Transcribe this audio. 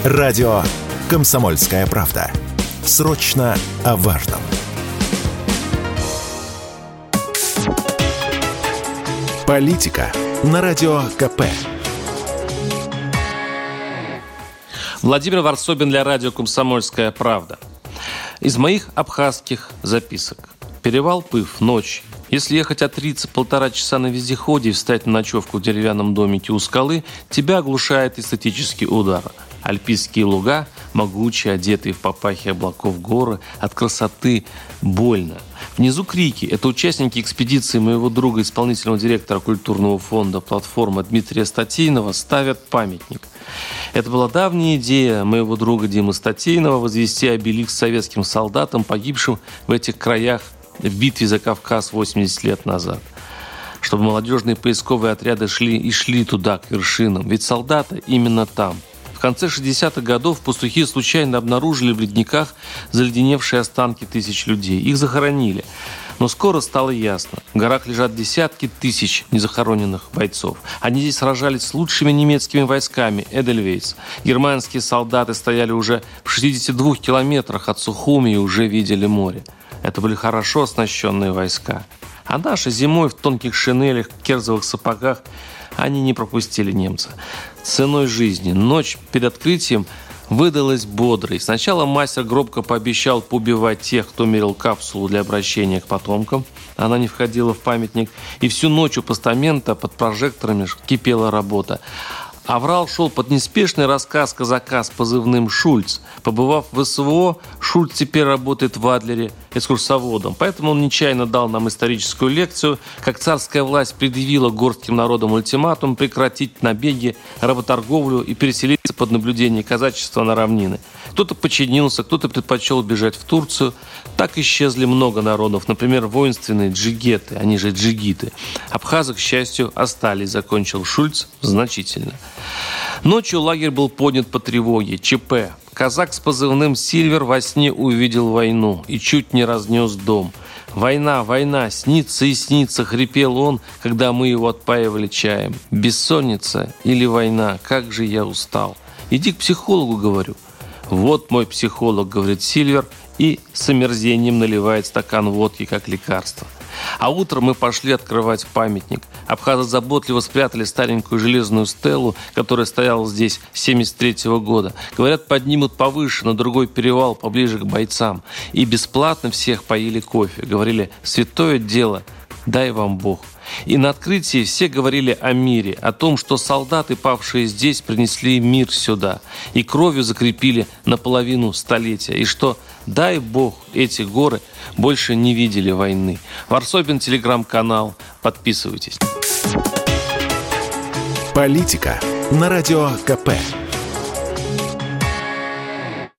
Радио «Комсомольская правда». Срочно о важном. Политика на Радио КП. Владимир Варсобин для радио «Комсомольская правда». Из моих абхазских записок. Перевал Пыв, ночь. Если ехать от Рицы 1,5 часа на вездеходе и встать на ночевку в деревянном домике у скалы, тебя оглушает эстетический удар. Альпийские луга, могучие, одетые в папахи облаков горы, от красоты больно. Внизу крики. Это участники экспедиции моего друга, исполнительного директора культурного фонда «Платформа» Дмитрия Статейнова, ставят памятник. Это была давняя идея моего друга Димы Статейнова возвести обелиск советским солдатам, погибшим в этих краях в битве за Кавказ 80 лет назад. Чтобы молодежные поисковые отряды шли туда, к вершинам. Ведь солдаты именно там. В конце 60-х годов пастухи случайно обнаружили в ледниках заледеневшие останки тысяч людей. Их захоронили. Но скоро стало ясно. В горах лежат десятки тысяч незахороненных бойцов. Они здесь сражались с лучшими немецкими войсками Эдельвейс. Германские солдаты стояли уже в 62 километрах от Сухуми и уже видели море. Это были хорошо оснащенные войска. А наши зимой в тонких шинелях, керзовых сапогах они не пропустили немца. Ценой жизни. Ночь перед открытием выдалась бодрой. Сначала мастер гробко пообещал поубивать тех, кто мерил капсулу для обращения к потомкам. Она не входила в памятник. И всю ночь у постамента под прожекторами кипела работа. Аврал шел под неспешный рассказ казака с позывным «Шульц». Побывав в СВО, Шульц теперь работает в Адлере экскурсоводом. Поэтому он нечаянно дал нам историческую лекцию, как царская власть предъявила горским народам ультиматум прекратить набеги, работорговлю и переселиться под наблюдение казачества на равнины. Кто-то подчинился, кто-то предпочел бежать в Турцию. Так исчезли много народов, например, воинственные джигиты, они же джигиты. Абхазы, к счастью, остались, закончил Шульц значительно. Ночью лагерь был поднят по тревоге. ЧП. Казак с позывным «Сильвер» во сне увидел войну и чуть не разнес дом. «Война, война, снится и снится», — хрипел он, когда мы его отпаивали чаем. «Бессонница или война, как же я устал». «Иди к психологу», — говорю. «Вот мой психолог», — говорит Сильвер, и с омерзением наливает стакан водки как лекарство. А утром мы пошли открывать памятник. Абхазы заботливо спрятали старенькую железную стелу, которая стояла здесь с 1973 года. Говорят, поднимут повыше, на другой перевал, поближе к бойцам. И бесплатно всех поили кофе. Говорили: «Святое дело, дай вам Бог». И на открытии все говорили о мире, о том, что солдаты, павшие здесь, принесли мир сюда и кровью закрепили наполовину столетия, и что, дай Бог, эти горы больше не видели войны. Варсобин, телеграм-канал. Подписывайтесь. Политика на Радио КП.